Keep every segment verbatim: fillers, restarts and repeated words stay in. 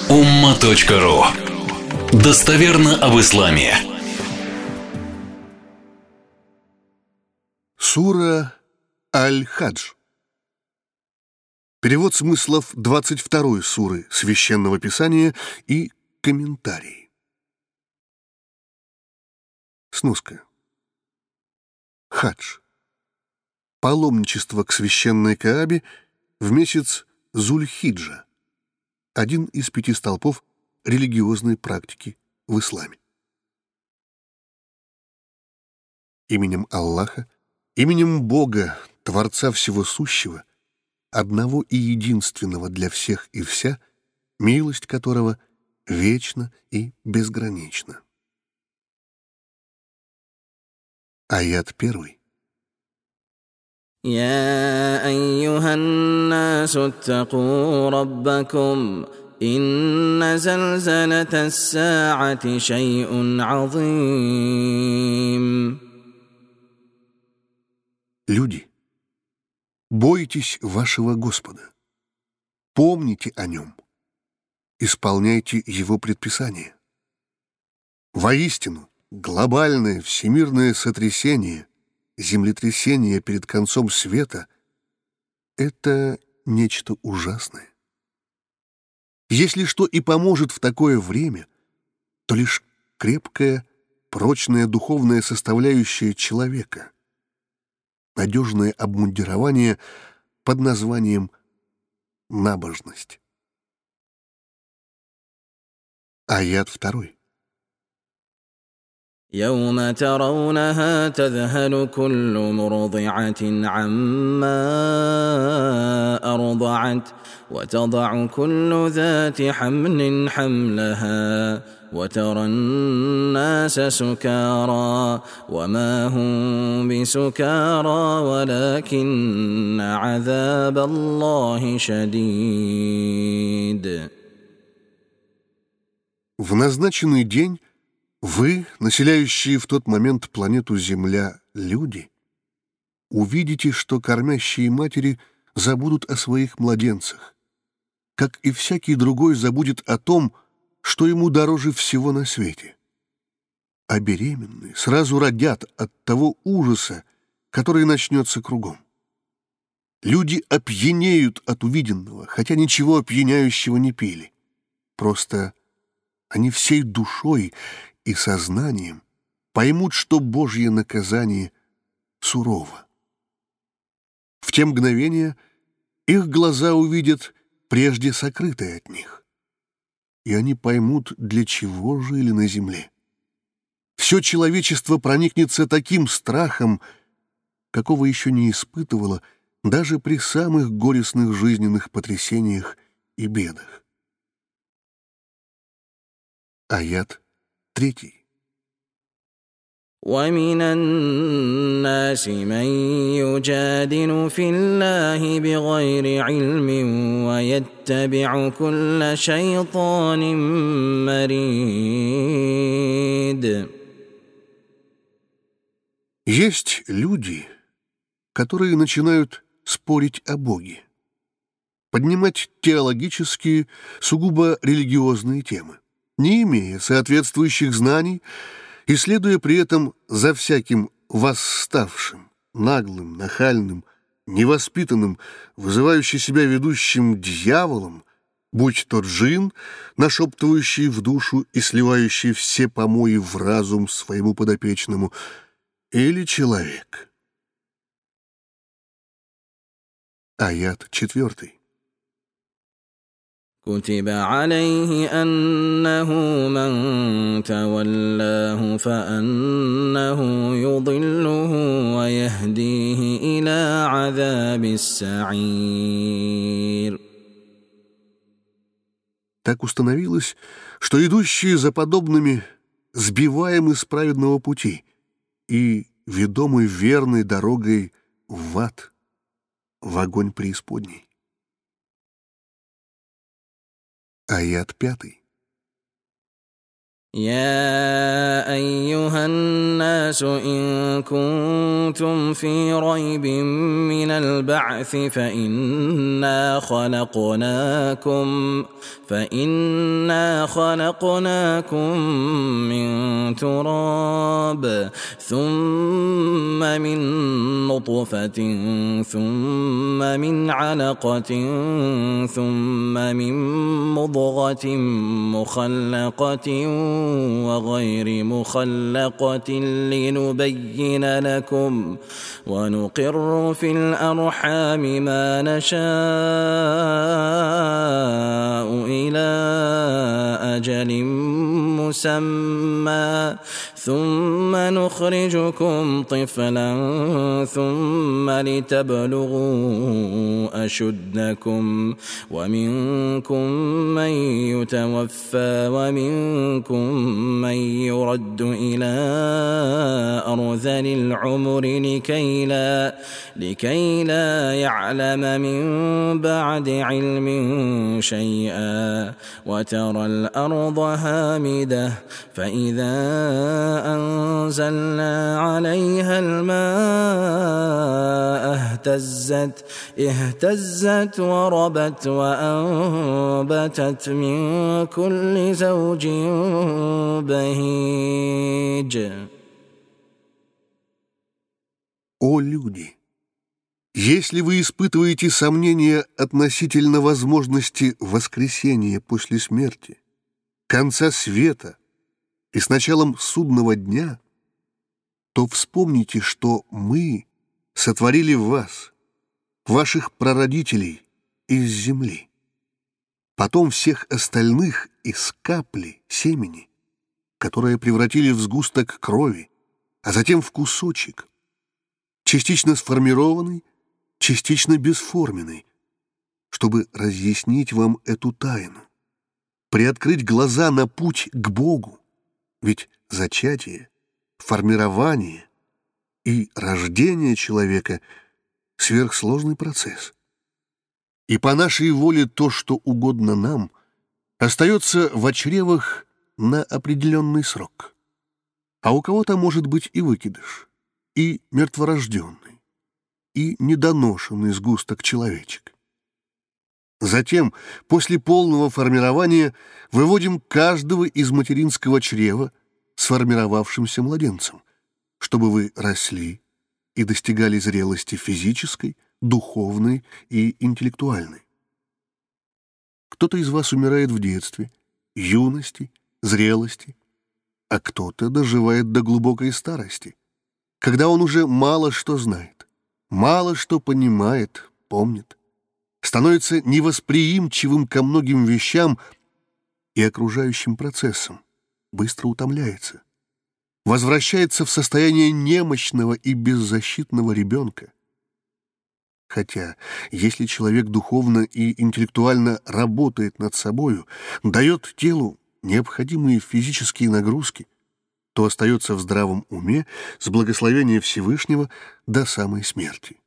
умма точка ру. Достоверно об исламе. Сура Аль-Хадж. Перевод смыслов двадцать второй суры Священного Писания и комментарии. Сноска. Хадж. Паломничество к священной Каабе в месяц Зуль-Хиджа. Один из пяти столпов религиозной практики в исламе. Именем Аллаха, именем Бога, Творца Всего Сущего, одного и единственного для всех и вся, милость которого вечна и безгранична. Аят первый. يا أيها الناس اتقوا ربكم إن زلزلة الساعة شيء عظيم. Люди, бойтесь вашего Господа, помните о Нем, исполняйте Его предписания. Воистину, глобальное всемирное сотрясение, землетрясение перед концом света — это нечто ужасное. Если что и поможет в такое время, то лишь крепкая, прочная духовная составляющая человека, надежное обмундирование под названием набожность. Аят второй. يوم ترونها تذهل كل مرضعة عما أرضعت وتضع كل ذات حمل حملها وترى الناس سكارى وما هم بسكارى ولكن عذاب الله شديد. В назначенный день вы, населяющие в тот момент планету Земля, люди, увидите, что кормящие матери забудут о своих младенцах, как и всякий другой забудет о том, что ему дороже всего на свете. А беременные сразу родят от того ужаса, который начнется кругом. Люди опьянеют от увиденного, хотя ничего опьяняющего не пили. Просто они всей душой и сознанием поймут, что Божье наказание сурово. В те мгновения их глаза увидят прежде сокрытое от них, и они поймут, для чего жили на земле. Все человечество проникнется таким страхом, какого еще не испытывало даже при самых горестных жизненных потрясениях и бедах. Аят третий. ومن الناس من يجادل في الله بغير علم ويتبع كل شيطان مريد. Есть люди, которые начинают спорить о Боге, поднимать теологические, сугубо религиозные темы, не имея соответствующих знаний и следуя при этом за всяким восставшим, наглым, нахальным, невоспитанным, вызывающим себя ведущим дьяволом, будь тот джин, нашептывающий в душу и сливающий все помои в разум своему подопечному, или человек. Аят четвертый. كتب عليه أنه من تولاه فأنه يضله ويهديه إلى عذاب السعير. Так установилось, что идущие за подобными сбиваемы с праведного пути и ведомы верной дорогой в ад, в огонь преисподней. Аят пятый. يا أيها الناس إن كنتم في ريب من البعث فإنا خلقناكم فإنا خلقناكم من تراب ثم من نطفة ثم من علقة ثم من مضغة مخلقة وغير مخلقة لنبين لكم ونقر في الأرحام ما نشاء إلى أجل مسمى ثم نخرجكم طفلا ثم لتبلغوا أشدكم ومنكم من يتوفى ومنكم من يرد إلى أرذل العمر لكي لا, لكي لا يعلم من بعد علم شيئا وترى الأرض هامدة فإذا أنزلنا عليها الماء اهتزت اهتزت وربت وأنبتت من كل زوج بهيج. О люди! Если вы испытываете сомнения относительно возможности воскресения после смерти, конца света и с началом судного дня, то вспомните, что мы сотворили вас, ваших прародителей, из земли, потом всех остальных из капли семени, которое превратили в сгусток крови, а затем в кусочек, частично сформированный, частично бесформенный, чтобы разъяснить вам эту тайну, приоткрыть глаза на путь к Богу, ведь зачатие, формирование и рождение человека — сверхсложный процесс. И по нашей воле то, что угодно нам, остается в чревах на определенный срок. А у кого-то может быть и выкидыш, и мертворожденный, и недоношенный сгусток человечек. Затем, после полного формирования, выводим каждого из материнского чрева сформировавшимся младенцем, чтобы вы росли и достигали зрелости физической, духовной и интеллектуальной. Кто-то из вас умирает в детстве, юности, зрелости, а кто-то доживает до глубокой старости, когда он уже мало что знает, мало что понимает, помнит, становится невосприимчивым ко многим вещам и окружающим процессам, быстро утомляется, возвращается в состояние немощного и беззащитного ребенка. Хотя, если человек духовно и интеллектуально работает над собою, дает телу необходимые физические нагрузки, то остается в здравом уме с благословения Всевышнего до самой смерти.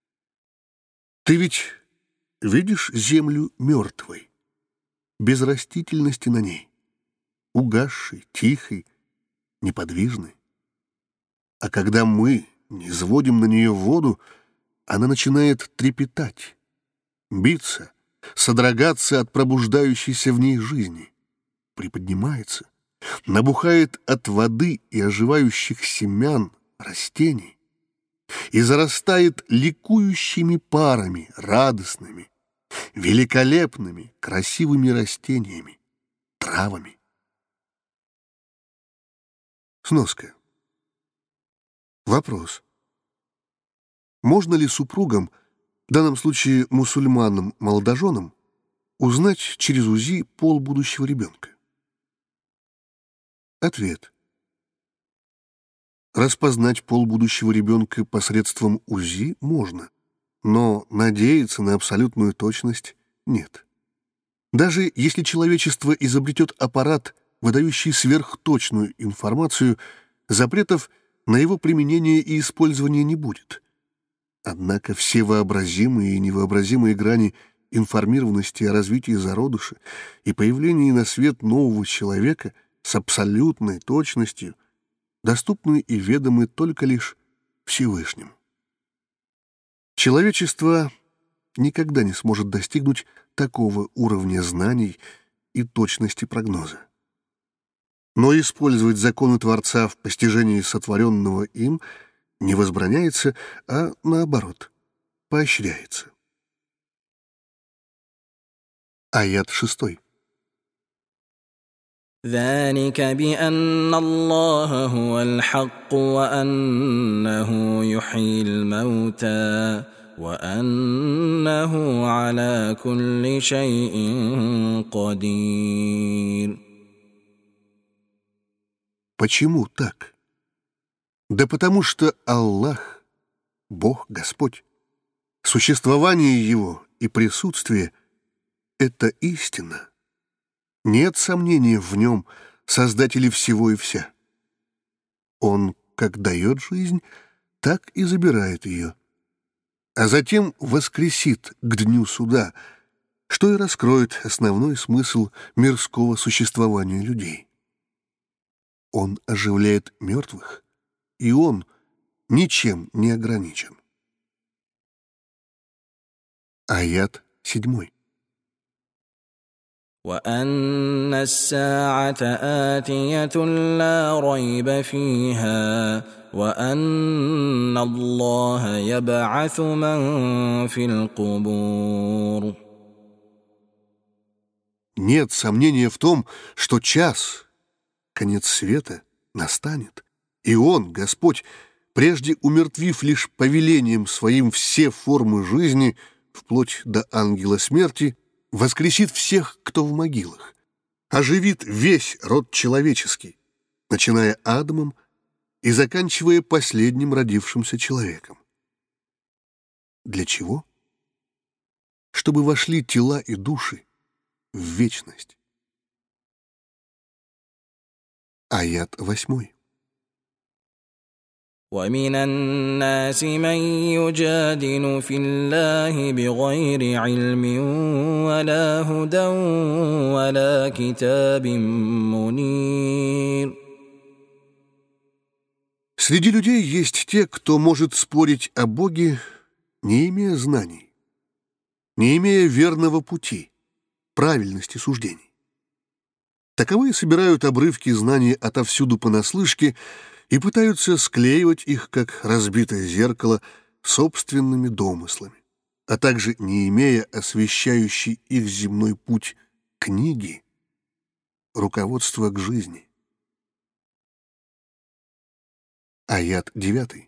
Ты ведь видишь землю мертвой, без растительности на ней, угасшей, тихой, неподвижной. А когда мы низводим на нее воду, она начинает трепетать, биться, содрогаться от пробуждающейся в ней жизни, приподнимается, набухает от воды и оживающих семян растений и зарастает ликующими парами, радостными, великолепными, красивыми растениями, травами. Сноска. Вопрос. Можно ли супругам, в данном случае мусульманам-молодоженам, узнать через УЗИ пол будущего ребенка? Ответ. Распознать пол будущего ребенка посредством УЗИ можно, но надеяться на абсолютную точность нет. Даже если человечество изобретет аппарат, выдающий сверхточную информацию, запретов на его применение и использование не будет. Однако все вообразимые и невообразимые грани информированности о развитии зародыша и появлении на свет нового человека с абсолютной точностью, доступны и ведомы только лишь Всевышнему. Человечество никогда не сможет достигнуть такого уровня знаний и точности прогноза. Но использовать законы Творца в постижении сотворенного им не возбраняется, а наоборот, поощряется. Аят шестой. ذلك بأن الله هو الحق وأنه يحيي الموتى وأنه على كل شيء قدير. Почему так? Да потому что Аллах, Бог, Господь, существование Его и присутствие — это истина. Нет сомнения в Нем, Создателе всего и вся. Он как дает жизнь, так и забирает ее, а затем воскресит к дню суда, что и раскроет основной смысл мирского существования людей. Он оживляет мертвых, и Он ничем не ограничен. Аят седьмой. وأن الساعة آتية لا ريب فيها وأن الله يبعث من في القبور. Нет сомнения в том, что час, конец света, настанет, и Он, Господь, прежде умертвив лишь повелением Своим все формы жизни, вплоть до ангела смерти, воскресит всех, кто в могилах, оживит весь род человеческий, начиная Адамом и заканчивая последним родившимся человеком. Для чего? Чтобы вошли тела и души в вечность. Аят восьмой. ومن الناس من يجادل في الله بغير علم ولا هدى ولا كتاب منير. Среди людей есть те, кто может спорить о Боге, не имея знаний, не имея верного пути, правильности суждений. Таковые собирают обрывки знаний отовсюду понаслышке и пытаются склеивать их, как разбитое зеркало, собственными домыслами, а также, не имея освещающей их земной путь книги, руководства к жизни. Аят девятый.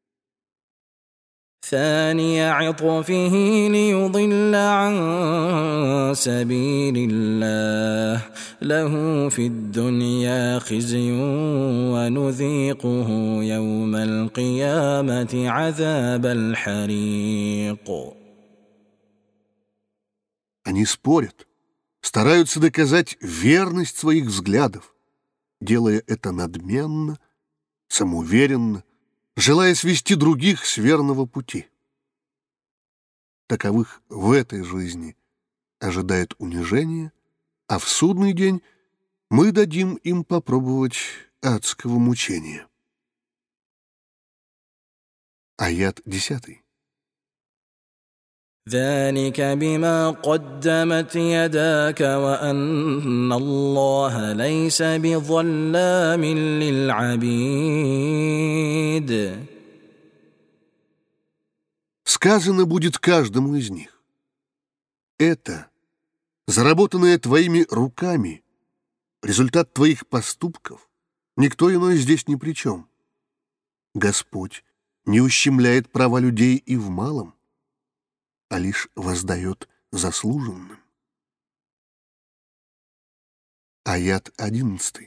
ثاني عطفه ليضل عن سبيل الله له في الدنيا خزي ونذيقه يوم القيامة عذاب الحريق. Они спорят, стараются доказать верность своих взглядов, делая это надменно, самоуверенно, желая свести других с верного пути. Таковых в этой жизни ожидает унижение, а в судный день мы дадим им попробовать адского мучения. Аят десятый. ذلك بما قدمت يداك وأن الله ليس بظلام للعبيد. Сказано будет каждому из них: это, заработанное твоими руками, результат твоих поступков, никто иной здесь ни при чем. Господь не ущемляет права людей и в малом, а лишь воздает заслуженным. Аят одиннадцатый.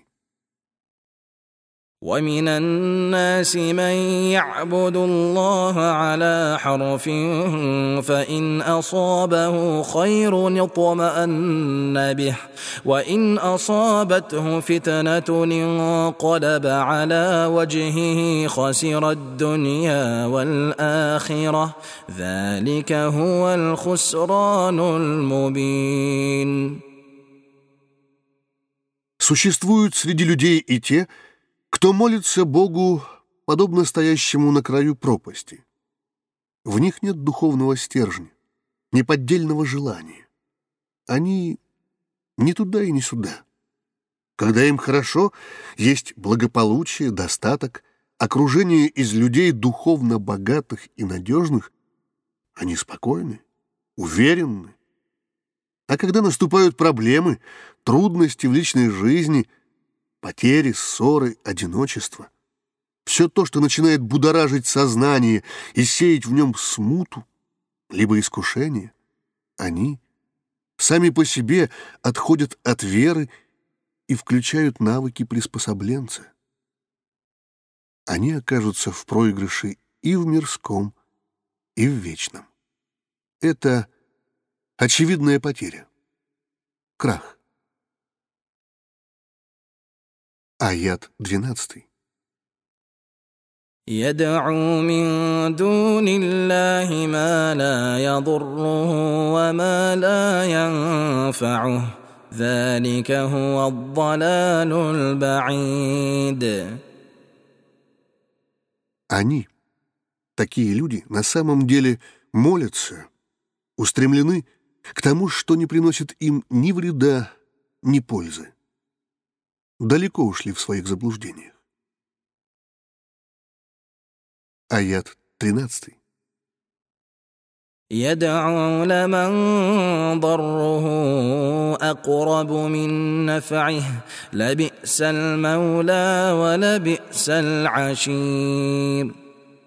ومن الناس من يعبد الله على حرف فإن أصابه خير اطمأن به وإن أصابته فتنة انقلب على وجهه خسر الدنيا والآخرة ذلك هو الخسران المبين. Существуют среди людей и те, кто молится Богу, подобно стоящему на краю пропасти. В них нет духовного стержня, неподдельного желания. Они ни туда и ни сюда. Когда им хорошо, есть благополучие, достаток, окружение из людей духовно богатых и надежных, они спокойны, уверенны. А когда наступают проблемы, трудности в личной жизни, потери, ссоры, одиночество, все то, что начинает будоражить сознание и сеять в нем смуту, либо искушение, они сами по себе отходят от веры и включают навыки приспособленца. Они окажутся в проигрыше и в мирском, и в вечном. Это очевидная потеря. Крах. Аят двенадцатый. يدعو من دون الله ما لا يضره وما لا ينفعه ذلك هو الضلال البعيد. Они, такие люди, на самом деле молятся, устремлены к тому, что не приносит им ни вреда, ни пользы. Далеко ушли в своих заблуждениях. Аят тринадцатый. يدعو لمن ضره أقرب من نفعه لبئس المولى ولبئس العشير.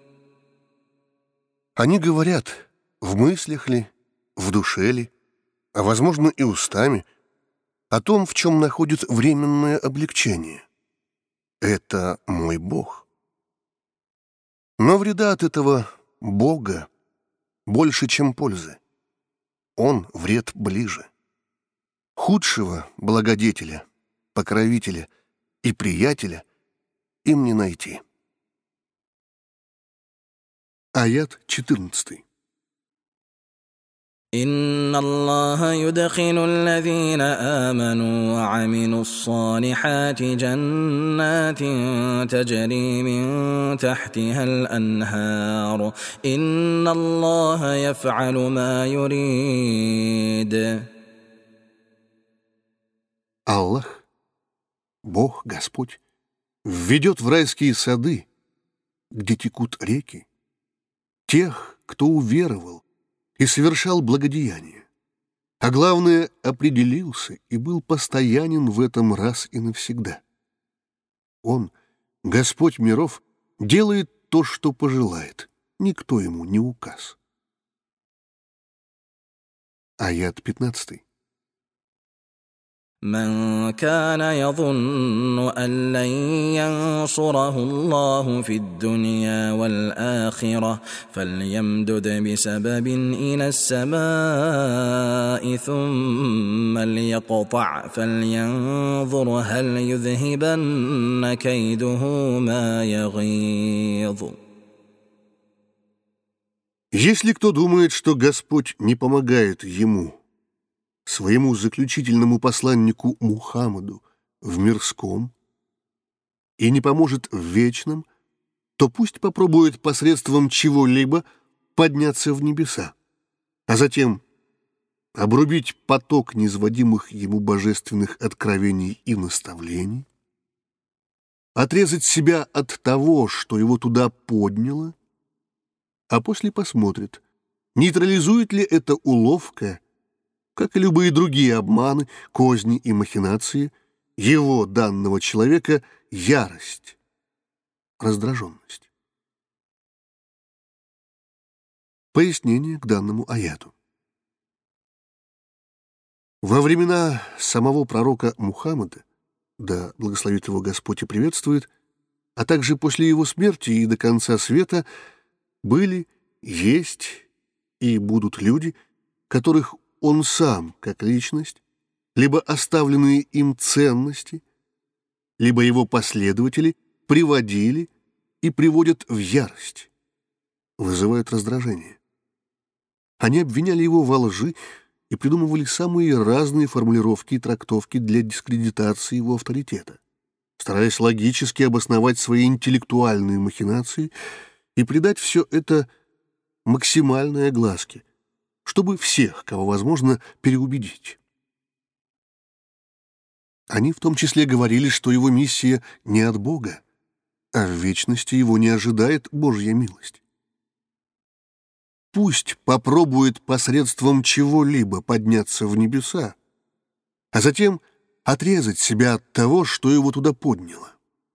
Они говорят, в мыслях ли, в душе ли, а, возможно, и устами, о том, в чем находит временное облегчение. Это мой Бог. Но вреда от этого Бога больше, чем пользы. Он вред ближе. Худшего благодетеля, покровителя и приятеля им не найти. Аят четырнадцатый. إن الله يدخل الذين آمنوا وعملوا الصالحات جنات تجري من تحتها الأنهار إن الله يفعل ما يريد. Аллах, Бог, Господь, введет в райские сады, где текут реки, тех, кто уверовал и совершал благодеяние, а главное, определился и был постоянен в этом раз и навсегда. Он, Господь миров, делает то, что пожелает, никто ему не указ. Аят пятнадцатый. من كان يظن أن لن ينصره الله في الدنيا والآخرة فليمدد بسبب إلى السماء ثم ليقطع فلينظر هل يذهبن كيده ما يغيظ. Если кто думает, что Господь не помогает ему, своему заключительному посланнику Мухаммаду в мирском и не поможет в вечном, то пусть попробует посредством чего-либо подняться в небеса, а затем обрубить поток низводимых ему божественных откровений и наставлений, отрезать себя от того, что его туда подняло, а после посмотрит, нейтрализует ли это уловка, как и любые другие обманы, козни и махинации, его, данного человека, ярость, раздраженность. Пояснение к данному аяту. Во времена самого пророка Мухаммада, да благословит его Господь и приветствует, а также после его смерти и до конца света, были, есть и будут люди, которых он сам, как личность, либо оставленные им ценности, либо его последователи приводили и приводят в ярость, вызывают раздражение. Они обвиняли его во лжи и придумывали самые разные формулировки и трактовки для дискредитации его авторитета, стараясь логически обосновать свои интеллектуальные махинации и придать все это максимальной огласке, чтобы всех, кого возможно, переубедить. Они в том числе говорили, что его миссия не от Бога, а в вечности его не ожидает Божья милость. Пусть попробует посредством чего-либо подняться в небеса, а затем отрезать себя от того, что его туда подняло.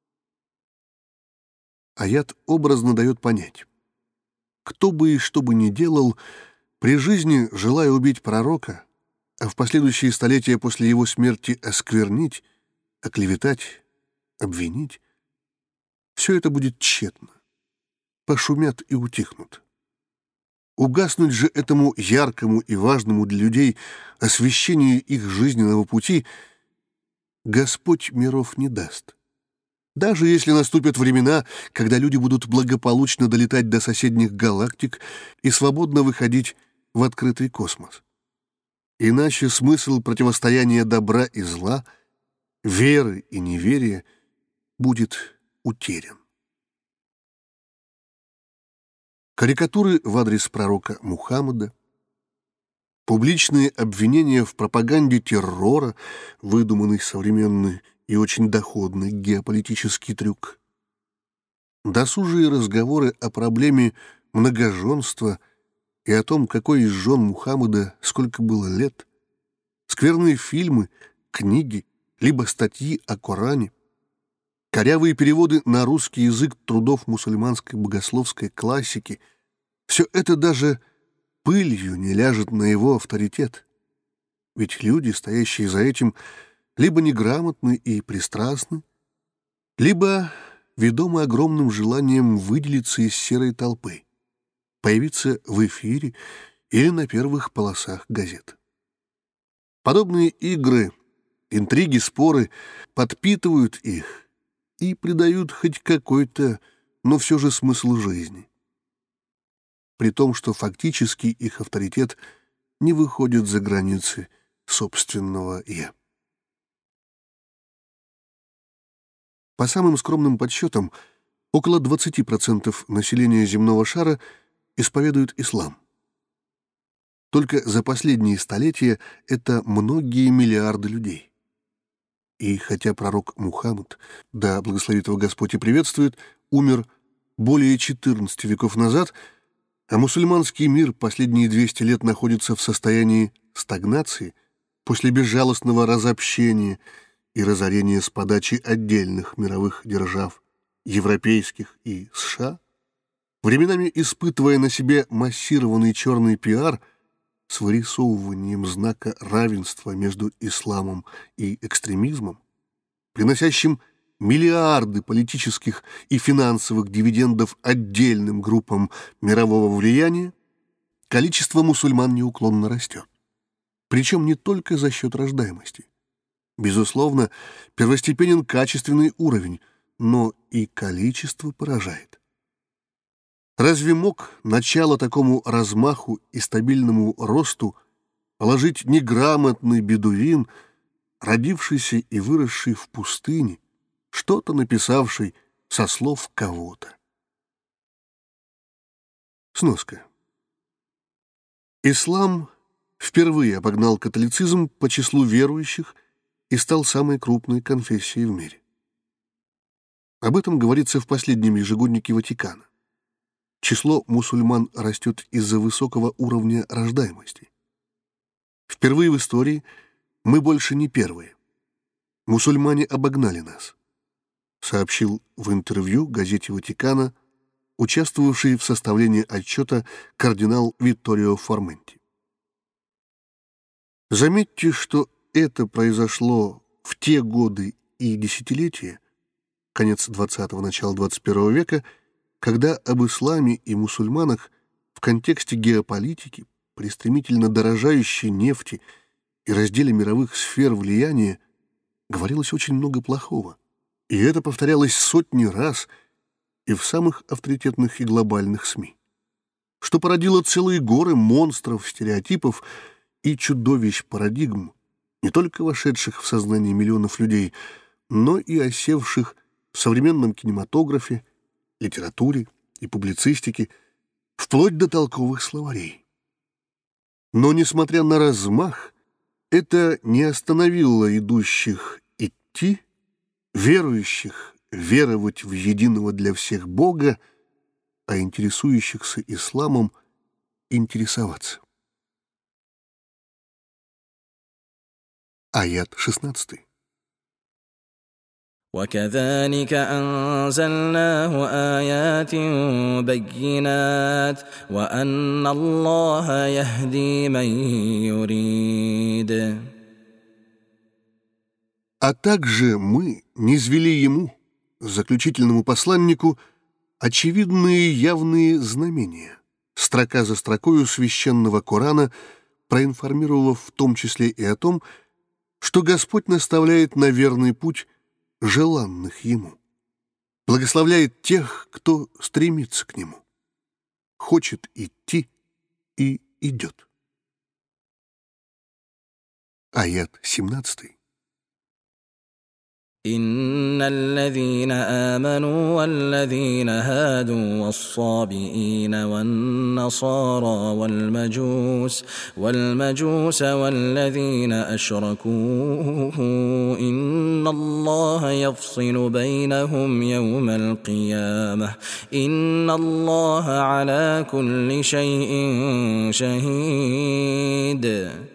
Аят образно дает понять: кто бы и что бы ни делал, при жизни, желая убить пророка, а в последующие столетия после его смерти осквернить, оклеветать, обвинить, все это будет тщетно, пошумят и утихнут. Угаснуть же этому яркому и важному для людей освещению их жизненного пути Господь миров не даст. Даже если наступят времена, когда люди будут благополучно долетать до соседних галактик и свободно выходить в открытый космос. Иначе смысл противостояния добра и зла, веры и неверия будет утерян. Карикатуры в адрес пророка Мухаммада, публичные обвинения в пропаганде террора, выдуманный современный и очень доходный геополитический трюк, досужие разговоры о проблеме многоженства и о том, какой из жен Мухаммада сколько было лет, скверные фильмы, книги, либо статьи о Коране, корявые переводы на русский язык трудов мусульманской богословской классики — все это даже пылью не ляжет на его авторитет. Ведь люди, стоящие за этим, либо неграмотны и пристрастны, либо ведомы огромным желанием выделиться из серой толпы, появиться в эфире или на первых полосах газет. Подобные игры, интриги, споры подпитывают их и придают хоть какой-то, но все же смысл жизни. При том, что фактически их авторитет не выходит за границы собственного «я». По самым скромным подсчетам, около двадцати процентов населения земного шара исповедуют ислам. Только за последние столетия это многие миллиарды людей. И хотя пророк Мухаммад, да благословит его Господь и приветствует, умер более четырнадцати веков назад, а мусульманский мир последние двести лет находится в состоянии стагнации после безжалостного разобщения и разорения с подачи отдельных мировых держав, европейских и США, временами испытывая на себе массированный черный пиар с вырисовыванием знака равенства между исламом и экстремизмом, приносящим миллиарды политических и финансовых дивидендов отдельным группам мирового влияния, количество мусульман неуклонно растет. Причем не только за счет рождаемости. Безусловно, первостепенен качественный уровень, но и количество поражает. Разве мог начало такому размаху и стабильному росту положить неграмотный бедуин, родившийся и выросший в пустыне, что-то написавший со слов кого-то? Сноска. Ислам впервые обогнал католицизм по числу верующих и стал самой крупной конфессией в мире. Об этом говорится в последнем ежегоднике Ватикана. Число мусульман растет из-за высокого уровня рождаемости. Впервые в истории мы больше не первые. Мусульмане обогнали нас, сообщил в интервью газете «Ватикана» участвовавший в составлении отчета кардинал Витторио Форменти. Заметьте, что это произошло в те годы и десятилетия, конец двадцатого, начало двадцать первого века, когда об исламе и мусульманах в контексте геополитики, при стремительно дорожающей нефти и разделе мировых сфер влияния говорилось очень много плохого. И это повторялось сотни раз и в самых авторитетных и глобальных СМИ, что породило целые горы монстров, стереотипов и чудовищ парадигм, не только вошедших в сознание миллионов людей, но и осевших в современном кинематографе, литературе и публицистике, вплоть до толковых словарей. Но, несмотря на размах, это не остановило идущих идти, верующих веровать в единого для всех Бога, а интересующихся исламом интересоваться. Аят шестнадцатый. وكذلك أنزلناه آيات بينات وأن الله يهدي من يريد. А также мы низвели ему, заключительному посланнику, очевидные явные знамения, строка за строкою священного Корана, проинформировав в том числе и о том, что Господь наставляет на верный путь желанных Ему, благословляет тех, кто стремится к Нему, хочет идти и идет. Аят семнадцатый. إن الذين آمنوا والذين هادوا والصابئين والنصارى والمجوس والمجوس والذين أشركوا إن الله يفصل بينهم يوم القيامة إن الله على كل شيء شهيد.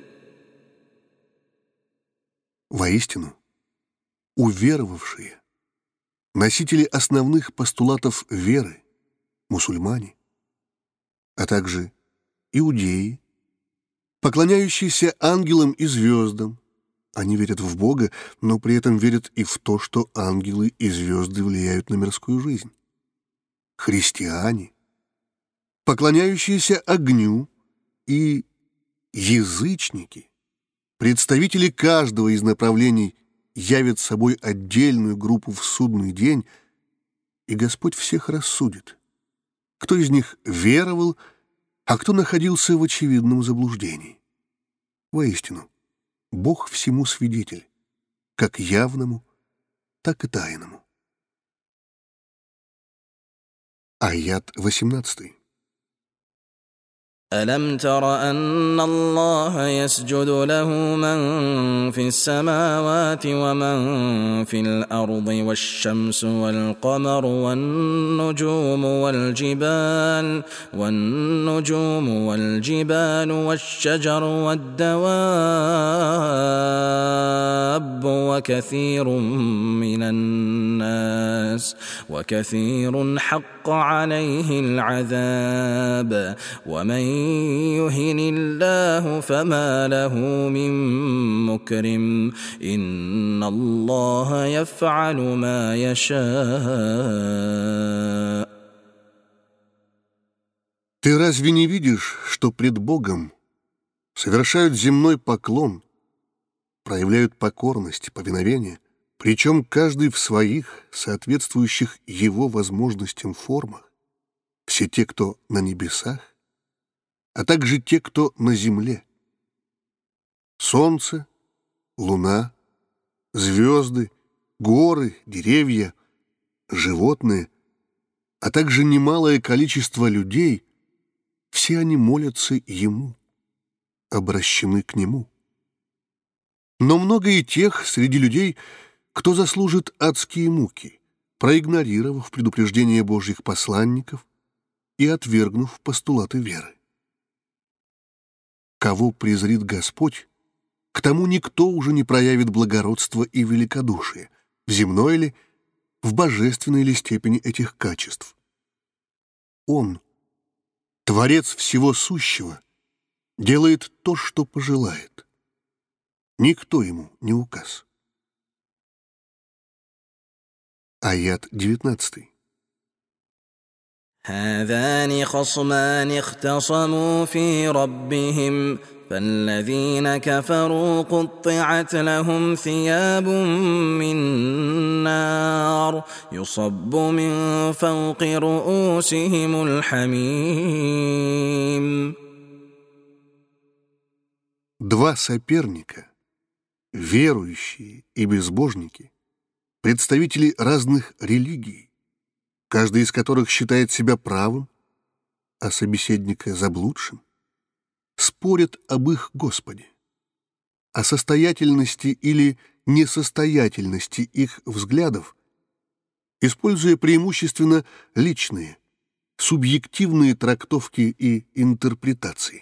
Воистину, уверовавшие, носители основных постулатов веры, мусульмане, а также иудеи, поклоняющиеся ангелам и звездам, они верят в Бога, но при этом верят и в то, что ангелы и звезды влияют на мирскую жизнь. Христиане, поклоняющиеся огню, и язычники, представители каждого из направлений, явят собой отдельную группу в судный день, и Господь всех рассудит, кто из них веровал, а кто находился в очевидном заблуждении. Воистину, Бог всему свидетель, как явному, так и тайному. Аят восемнадцатый. ألم تر أن الله يسجد له من في السماوات ومن في الأرض والشمس والقمر والنجوم والجبال والنجوم والجبال والشجر والدواب وكثير من الناس وكثير حق عليه العذاب ومن يهن الله فما له من مكرم إن الله يفعل ما يشاء. Ты разве не видишь, что пред Богом совершают земной поклон, проявляют покорность, повиновение, причем каждый в своих, соответствующих его возможностям формах, все те, кто на небесах, а также те, кто на земле. Солнце, луна, звезды, горы, деревья, животные, а также немалое количество людей, все они молятся Ему, обращены к Нему. Но много и тех среди людей, кто заслужит адские муки, проигнорировав предупреждения Божьих посланников и отвергнув постулаты веры. Кого презрит Господь, к тому никто уже не проявит благородства и великодушия, в земной ли, в божественной ли степени этих качеств. Он, Творец всего сущего, делает то, что пожелает. Никто ему не указ. Аят девятнадцатый. هذان خصمان اختصموا في ربهم فالذين كفروا قطعت لهم ثياب من نار يصب من فوق رؤوسهم الحميم. Два соперника, верующие и безбожники, представители разных религий, каждый из которых считает себя правым, а собеседника заблудшим, спорят об их Господе, о состоятельности или несостоятельности их взглядов, используя преимущественно личные, субъективные трактовки и интерпретации.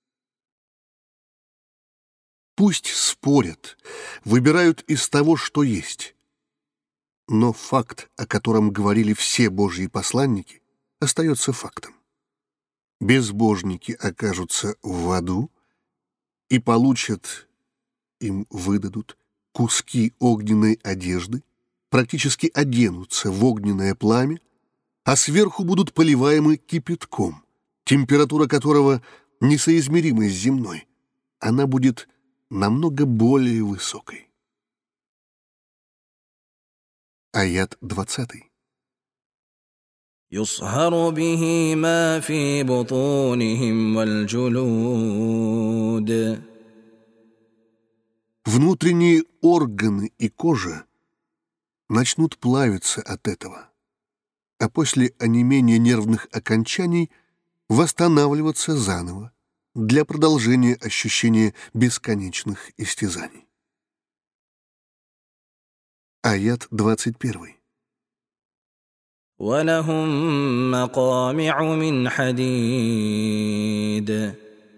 Пусть спорят, выбирают из того, что есть, но факт, о котором говорили все Божьи посланники, остается фактом. Безбожники окажутся в аду и получат, им выдадут, куски огненной одежды, практически оденутся в огненное пламя, а сверху будут поливаемы кипятком, температура которого несоизмерима с земной. Она будет намного более высокой. Аят двадцатый. يصهر به ما في بطونهم والجلود. Внутренние органы и кожа начнут плавиться от этого, а после онемения нервных окончаний восстанавливаться заново для продолжения ощущения бесконечных истязаний. Аят двадцать первый. وَلَهُم مَّقَامِعُ مِنْ حَدِيدٍ.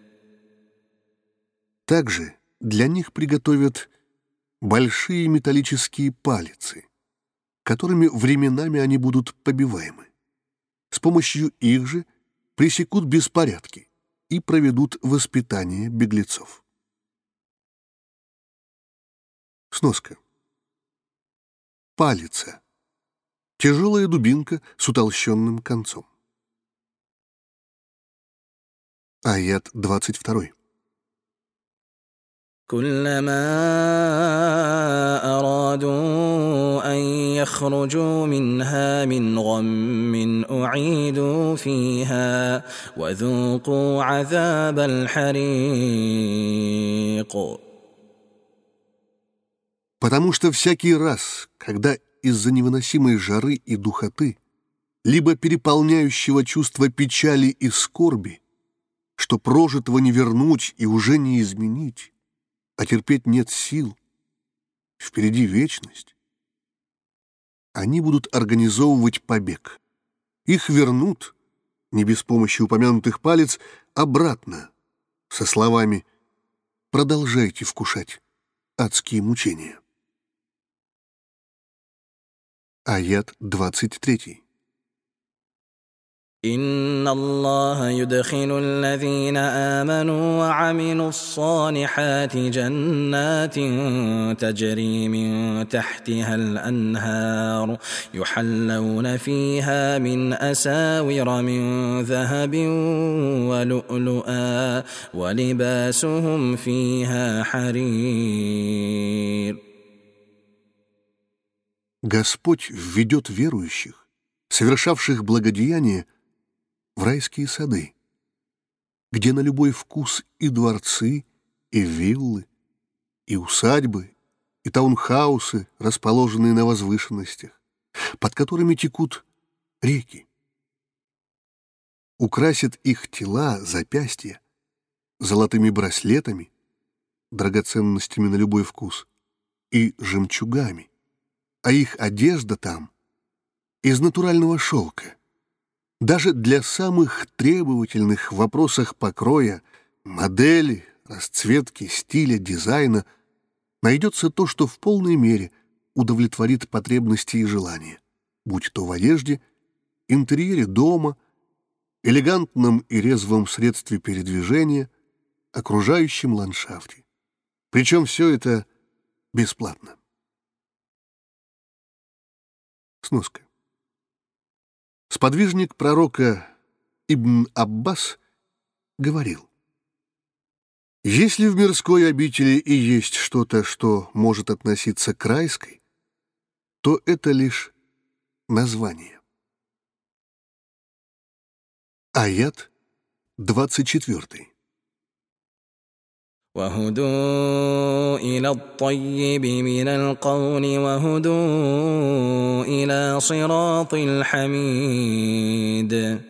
Также для них приготовят большие металлические палицы, которыми временами они будут побиваемы. С помощью их же пресекут беспорядки и проведут воспитание беглецов. Сноска. Палица. Тяжелая дубинка с утолщенным концом. Аят двадцать второй. كلما أرادوا أن يخرجوا منها من غم أعيدوا فيها وذوقوا عذاب الحريق. Потому что всякий раз, когда из-за невыносимой жары и духоты, либо переполняющего чувства печали и скорби, что прожитого не вернуть и уже не изменить, а терпеть нет сил, впереди вечность, они будут организовывать побег. Их вернут, не без помощи упомянутых палец, обратно, со словами «Продолжайте вкушать адские мучения». Аят двадцать третий. إن الله يدخل الذين آمنوا وعملوا الصالحات جنات تجري من تحتها الأنهار يحلون فيها من أساور من ذهب ولؤلؤا ولباسهم فيها حرير. Господь введет верующих, совершавших благодеяния, в райские сады, где на любой вкус и дворцы, и виллы, и усадьбы, и таунхаусы, расположенные на возвышенностях, под которыми текут реки. Украсят их тела, запястья золотыми браслетами, драгоценностями на любой вкус, и жемчугами, а их одежда там из натурального шелка. Даже для самых требовательных в вопросах покроя, модели, расцветки, стиля, дизайна найдется то, что в полной мере удовлетворит потребности и желания, будь то в одежде, интерьере дома, элегантном и резвом средстве передвижения, окружающем ландшафте. Причем все это бесплатно. Сноска. Сподвижник пророка Ибн Аббас говорил: «Если в мирской обители и есть что-то, что может относиться к райской, то это лишь название». Аят двадцать четвертый. وهدوا إلى الطيب من القول وهدوا إلى صراط الحميد.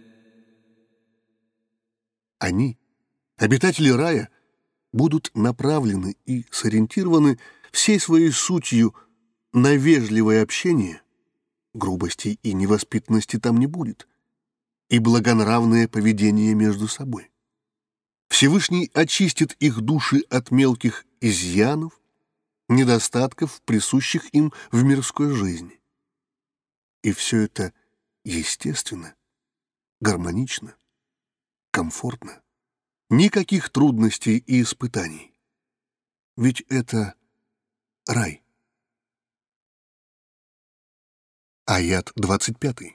Они, обитатели рая, будут направлены и сориентированы всей своей сутью на вежливое общение, грубости и невоспитанности там не будет, и благонравное поведение между собой. Всевышний очистит их души от мелких изъянов, недостатков, присущих им в мирской жизни. И все это естественно, гармонично, комфортно. Никаких трудностей и испытаний. Ведь это рай. Аят двадцать пятый.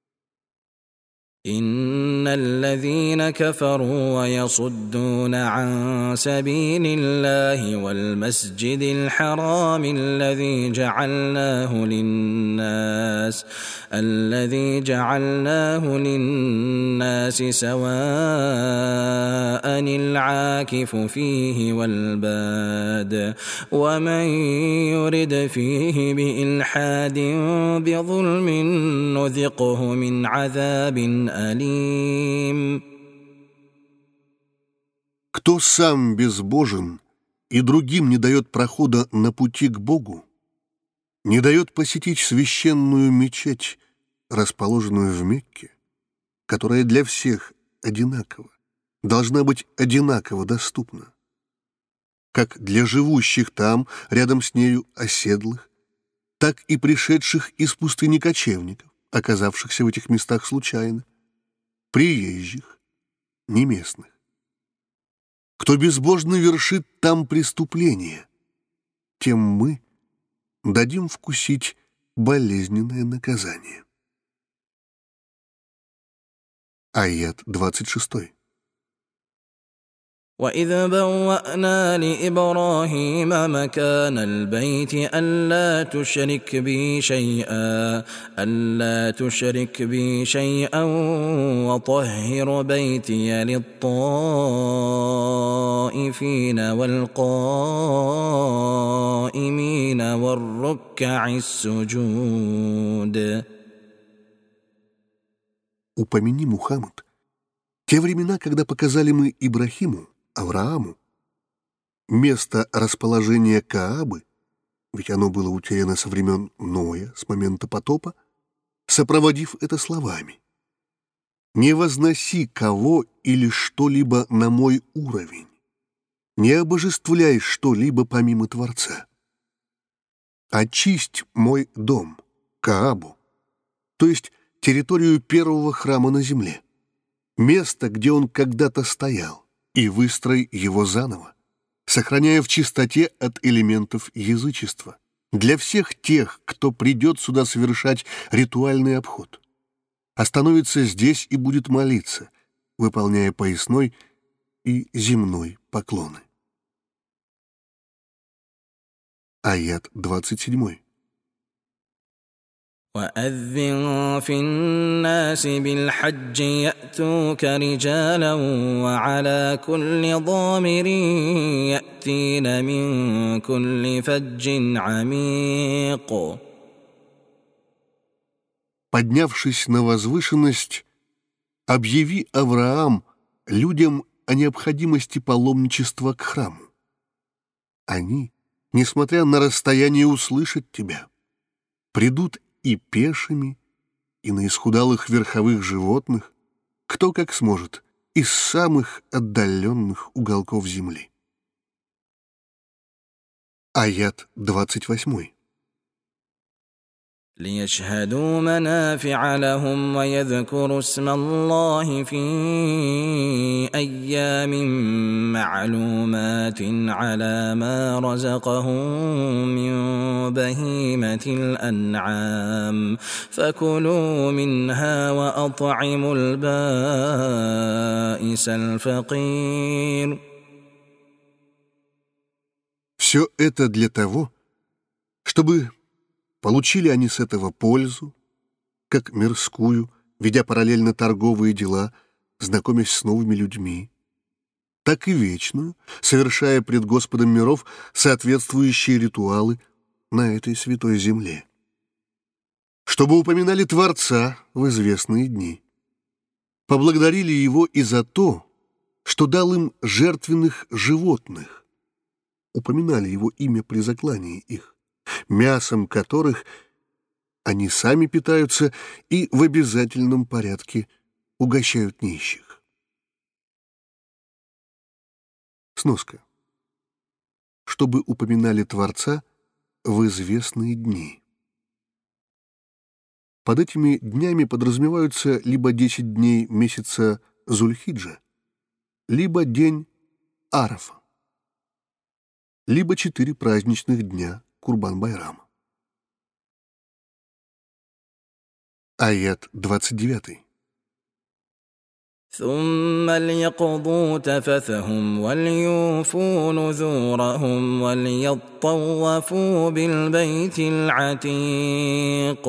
إن الذين كفروا ويصدون عن سبيل الله والمسجد الحرام الذي جعلناه للناس الذي جعلناه للناس سواء العاكف فيه والباد ومن يرد فيه بإلحاد بظلم نذقه من عذاب أليم. Кто сам безбожен и другим не дает прохода на пути к Богу, не дает посетить священную мечеть, расположенную в Мекке, которая для всех одинакова, должна быть одинаково доступна, как для живущих там, рядом с нею, оседлых, так и пришедших из пустыни кочевников, оказавшихся в этих местах случайно, приезжих, не местных. Кто безбожно вершит там преступление, тем мы дадим вкусить болезненное наказание. Аят двадцать шестой. وإذ بوأنا لإبراهيم مكان البيت ألا تشرك بي شيئا ألا تشرك بي شيئا وطهر بيتي للطائفين والقائمين والركع السجود. Упомяни, Мухаммад, те времена, когда показали мы Ибрахиму, Аврааму, место расположения Каабы, ведь оно было утеряно со времен Ноя, с момента потопа, сопроводив это словами: «Не возноси кого или что-либо на мой уровень, не обожествляй что-либо помимо Творца. Очисть мой дом, Каабу, то есть территорию первого храма на земле, место, где он когда-то стоял, и выстрой его заново, сохраняя в чистоте от элементов язычества, для всех тех, кто придет сюда совершать ритуальный обход, остановится здесь и будет молиться, выполняя поясной и земной поклоны». Аят двадцать седьмой. وأذن في الناس بالحج يأتوك رجالا وعلى كل ضامر يأتين من كل فج عميق. Поднявшись на возвышенность, объяви, Авраам, людям о необходимости паломничества к храму. Они, несмотря на расстояние, услышат тебя, придут и пешими, и на исхудалых верховых животных, кто как сможет, из самых отдаленных уголков земли. Аят двадцать восьмой. ليشهدوا منافع لهم ويذكروا اسم الله في أيام معلومات على ما رزقهم من بهيمة الأنعام فكلوا منها وأطعموا البائس الفقير. Все это для того, чтобы получили они с этого пользу, как мирскую, ведя параллельно торговые дела, знакомясь с новыми людьми, так и вечную, совершая пред Господом миров соответствующие ритуалы на этой святой земле. Чтобы упоминали Творца в известные дни. Поблагодарили Его и за то, что дал им жертвенных животных. Упоминали Его имя при заклании их, мясом которых они сами питаются и в обязательном порядке угощают нищих. Сноска. Чтобы упоминали Творца в известные дни. Под этими днями подразумеваются либо десять дней месяца Зуль-Хиджа, либо день Арафа, либо четыре праздничных дня Курбан-Байрама. Аят двадцать девятый. ثم ليقضوا تفثهم وليوفوا نذورهم وليطوفوا بالبيت العتيق.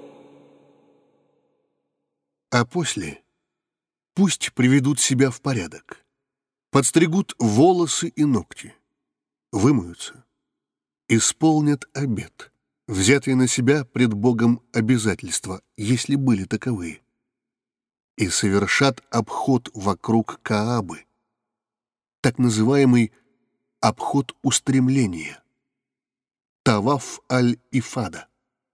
А после пусть приведут себя в порядок, подстригут волосы и ногти, вымоются, исполнят обет, взятые на себя пред Богом обязательства, если были таковые, и совершат обход вокруг Каабы, так называемый обход устремления, таваф аль-ифада.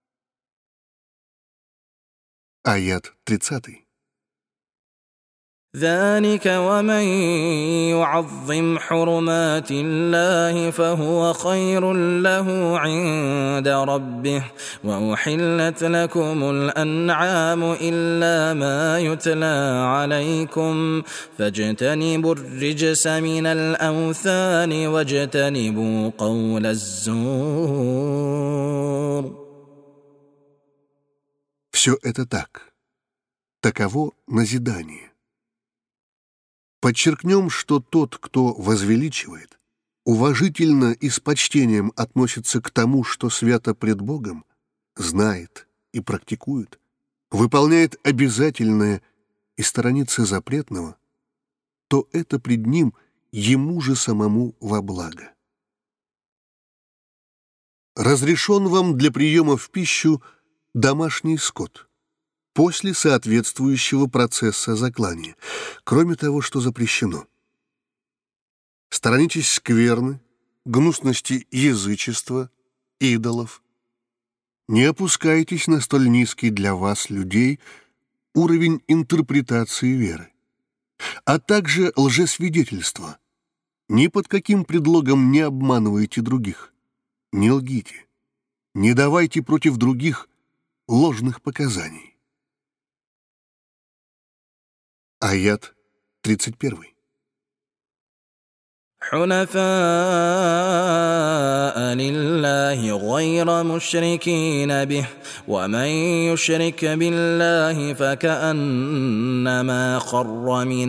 Аят тридцатый. ذلك ومن يعظم حرمات الله فهو خير له عند ربه وأحلت لكم الأنعام إلا ما يتلى عليكم فاجتنبوا الرجس من الأوثان واجتنبوا قول الزور. Все это так. Таково назидание. Подчеркнем, что тот, кто возвеличивает, уважительно и с почтением относится к тому, что свято пред Богом, знает и практикует, выполняет обязательное и сторонится запретного, то это пред ним ему же самому во благо. Разрешен вам для приема в пищу домашний скот после соответствующего процесса заклания, кроме того, что запрещено. Сторонитесь скверны, гнусности язычества, идолов. Не опускайтесь на столь низкий для вас, людей, уровень интерпретации веры, а также лжесвидетельства. Ни под каким предлогом не обманывайте других, не лгите, не давайте против других ложных показаний. Аят тридцать первый. حنفاء لله غير مشركين به ومن يشرك بالله فكأنما خر من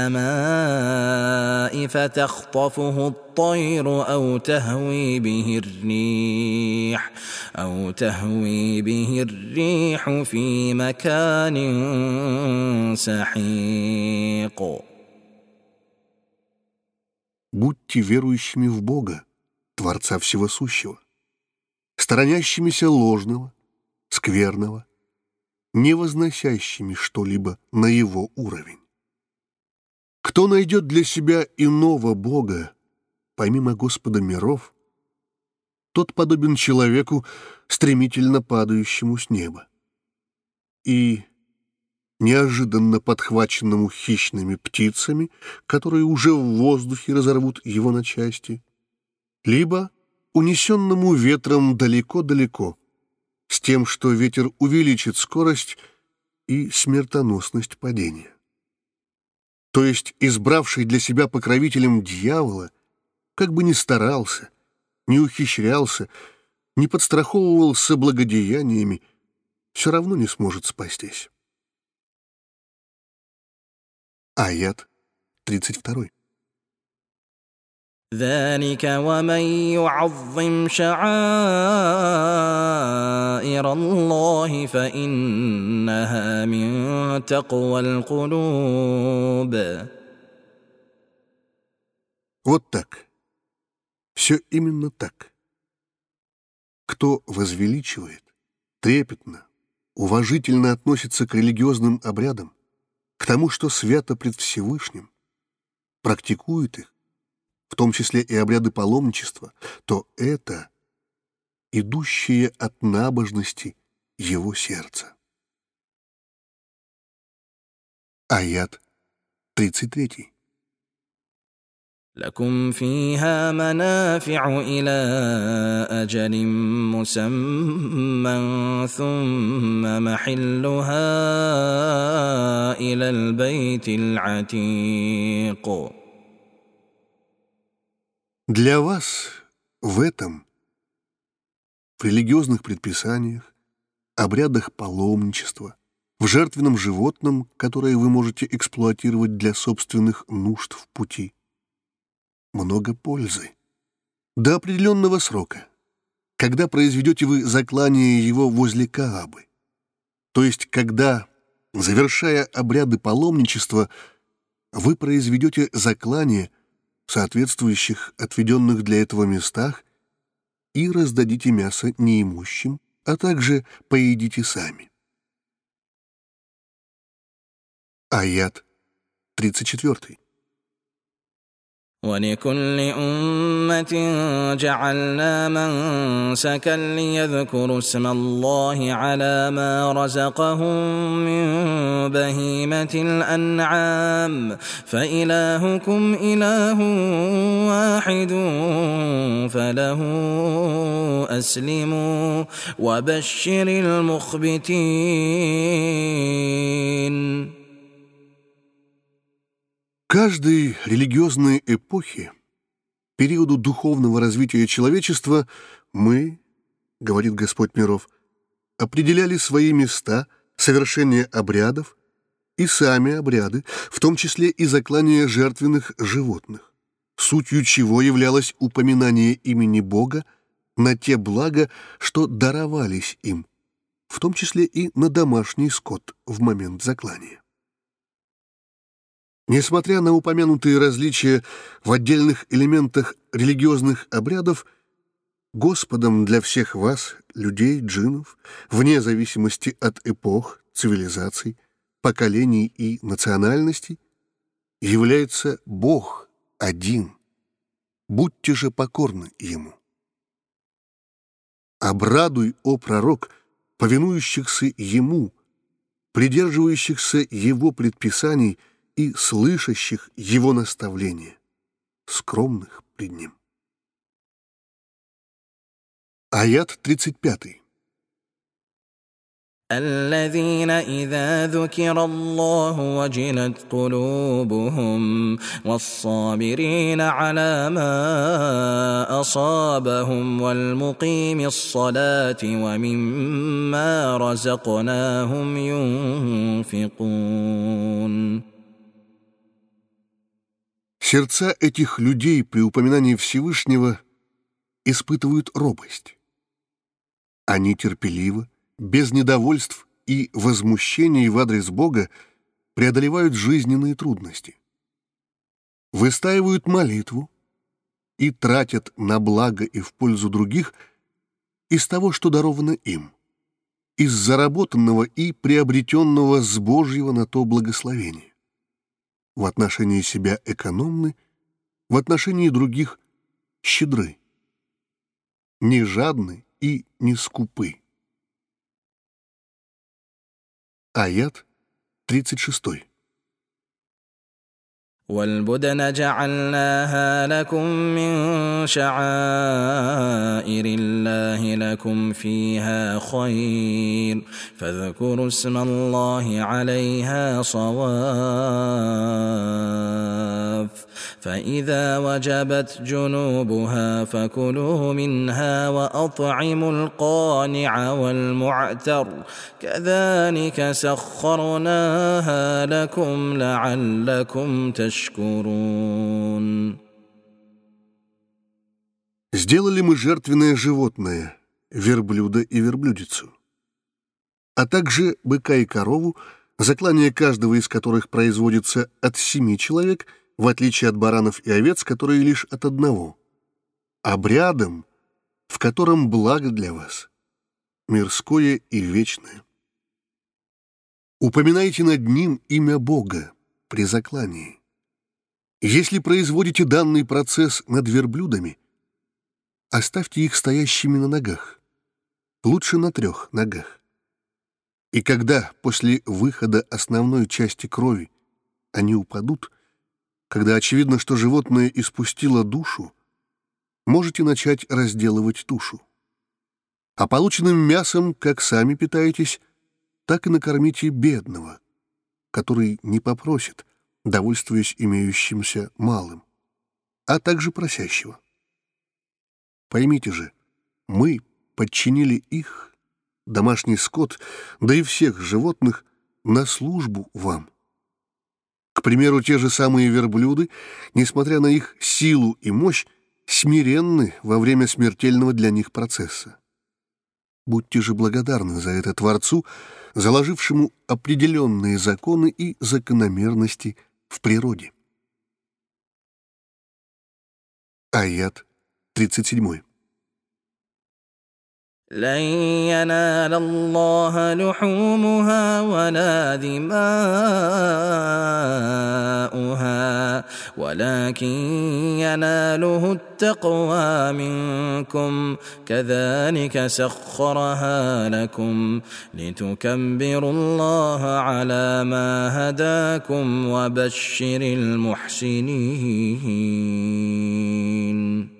السماء فتخطفه الطير أو تهوي به الريح أو تهوي به الريح في مكان سحيق. Будьте верующими в Бога, Творца Всего Сущего, сторонящимися ложного, скверного, не возносящими что-либо на Его уровень. Кто найдет для себя иного Бога, помимо Господа миров, тот подобен человеку, стремительно падающему с неба, и неожиданно подхваченному хищными птицами, которые уже в воздухе разорвут его на части, либо унесенному ветром далеко-далеко, с тем, что ветер увеличит скорость и смертоносность падения. То есть, избравший для себя покровителем дьявола, как бы ни старался, не ухищрялся, не подстраховывался благодеяниями, все равно не сможет спастись. Аят тридцать второй. ذلك ومن يعظم شعائر الله فإنها من تقوى القلوب. Вот так. Все именно так. Кто возвеличивает, трепетно, уважительно относится к религиозным обрядам, к тому, что свято пред Всевышним, практикует их, в том числе и обряды паломничества, то это идущее от набожности его сердца. Аят тридцать три. لكم فيها منافع إلى أجل مسمى ثم محلها إلى البيت العتيق. Для вас в этом, в религиозных предписаниях, обрядах паломничества, в жертвенном животном, которое вы можете эксплуатировать для собственных нужд в пути, много пользы. До определенного срока, когда произведете вы заклание его возле Каабы, то есть когда, завершая обряды паломничества, вы произведете заклание в соответствующих отведенных для этого местах и раздадите мясо неимущим, а также поедите сами. Аят тридцать четыре. ولكل أمة جعلنا منسكا ليذكروا اسم الله على ما رزقهم من بهيمة الأنعام فإلهكم إله واحد فله أسلموا وبشر المخبتين. Каждой религиозной эпохи, периоду духовного развития человечества, мы, говорит Господь миров, определяли свои места совершения обрядов и сами обряды, в том числе и заклание жертвенных животных, сутью чего являлось упоминание имени Бога на те блага, что даровались им, в том числе и на домашний скот в момент заклания. Несмотря на упомянутые различия в отдельных элементах религиозных обрядов, Господом для всех вас, людей, джиннов, вне зависимости от эпох, цивилизаций, поколений и национальностей, является Бог один. Будьте же покорны Ему. Обрадуй, о пророк, повинующихся Ему, придерживающихся Его предписаний и слышащих Его наставления, скромных пред Ним. Аят тридцать пять. الذين إذا ذكر الله وجلت قلوبهم والصابرين على ما أصابهم والمقيم الصلاة ومما رزقناهم ينفقون. Сердца этих людей при упоминании Всевышнего испытывают робость. Они терпеливо, без недовольств и возмущений в адрес Бога преодолевают жизненные трудности, выстаивают молитву и тратят на благо и в пользу других из того, что даровано им, из заработанного и приобретенного с Божьего на то благословения. В отношении себя экономны, в отношении других щедры, не жадны и не скупы. Аят тридцать шесть. والبدن جعلناها لكم من شعائر الله لكم فيها خير فاذكروا اسم الله عليها صواف فإذا وجبت جنوبها فكلوا منها وأطعموا القانع والمعتر كذلك سخرناها لكم لعلكم تشكرون. Сделали мы жертвенное животное, верблюда и верблюдицу, а также быка и корову, заклание каждого из которых производится от семи человек, в отличие от баранов и овец, которые лишь от одного, обрядом, в котором благо для вас, мирское и вечное. Упоминайте над ним имя Бога при заклании. Если производите данный процесс над верблюдами, оставьте их стоящими на ногах, лучше на трех ногах. И когда после выхода основной части крови они упадут, когда очевидно, что животное испустило душу, можете начать разделывать тушу. А полученным мясом, как сами питаетесь, так и накормите бедного, который не попросит, довольствуясь имеющимся малым, а также просящего. Поймите же, мы подчинили их, домашний скот, да и всех животных, на службу вам. К примеру, те же самые верблюды, несмотря на их силу и мощь, смиренны во время смертельного для них процесса. Будьте же благодарны за это Творцу, заложившему определенные законы и закономерности в природе. Аят тридцать семь. لن ينال الله لحومها ولا دماؤها ولكن يناله التقوى منكم كذلك سخرها لكم لتكبروا الله على ما هداكم وبشر المحسنين.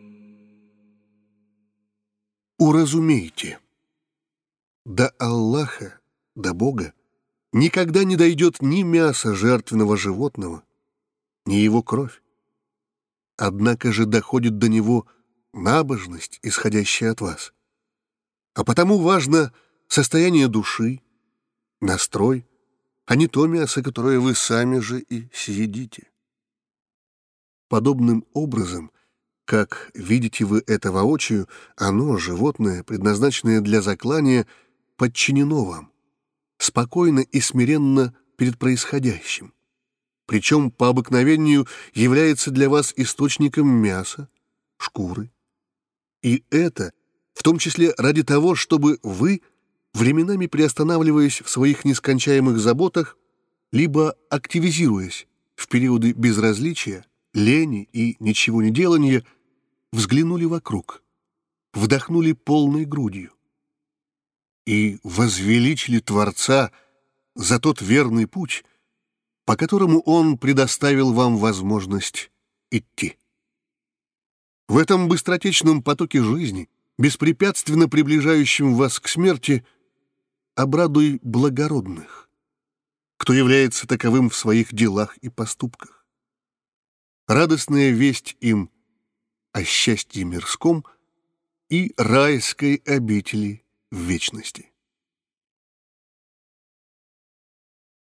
Уразумейте, до Аллаха, до Бога, никогда не дойдет ни мясо жертвенного животного, ни его кровь. Однако же доходит до него набожность, исходящая от вас. А потому важно состояние души, настрой, а не то мясо, которое вы сами же и съедите. Подобным образом, как видите вы это воочию, оно, животное, предназначенное для заклания, подчинено вам, спокойно и смиренно перед происходящим. Причем по обыкновению является для вас источником мяса, шкуры. И это в том числе ради того, чтобы вы, временами приостанавливаясь в своих нескончаемых заботах, либо активизируясь в периоды безразличия, лени и ничего не делания, взглянули вокруг, вдохнули полной грудью и возвеличили Творца за тот верный путь, по которому Он предоставил вам возможность идти. В этом быстротечном потоке жизни, беспрепятственно приближающем вас к смерти, обрадуй благородных, кто является таковым в своих делах и поступках. Радостная весть им о счастье мирском и райской обители в вечности.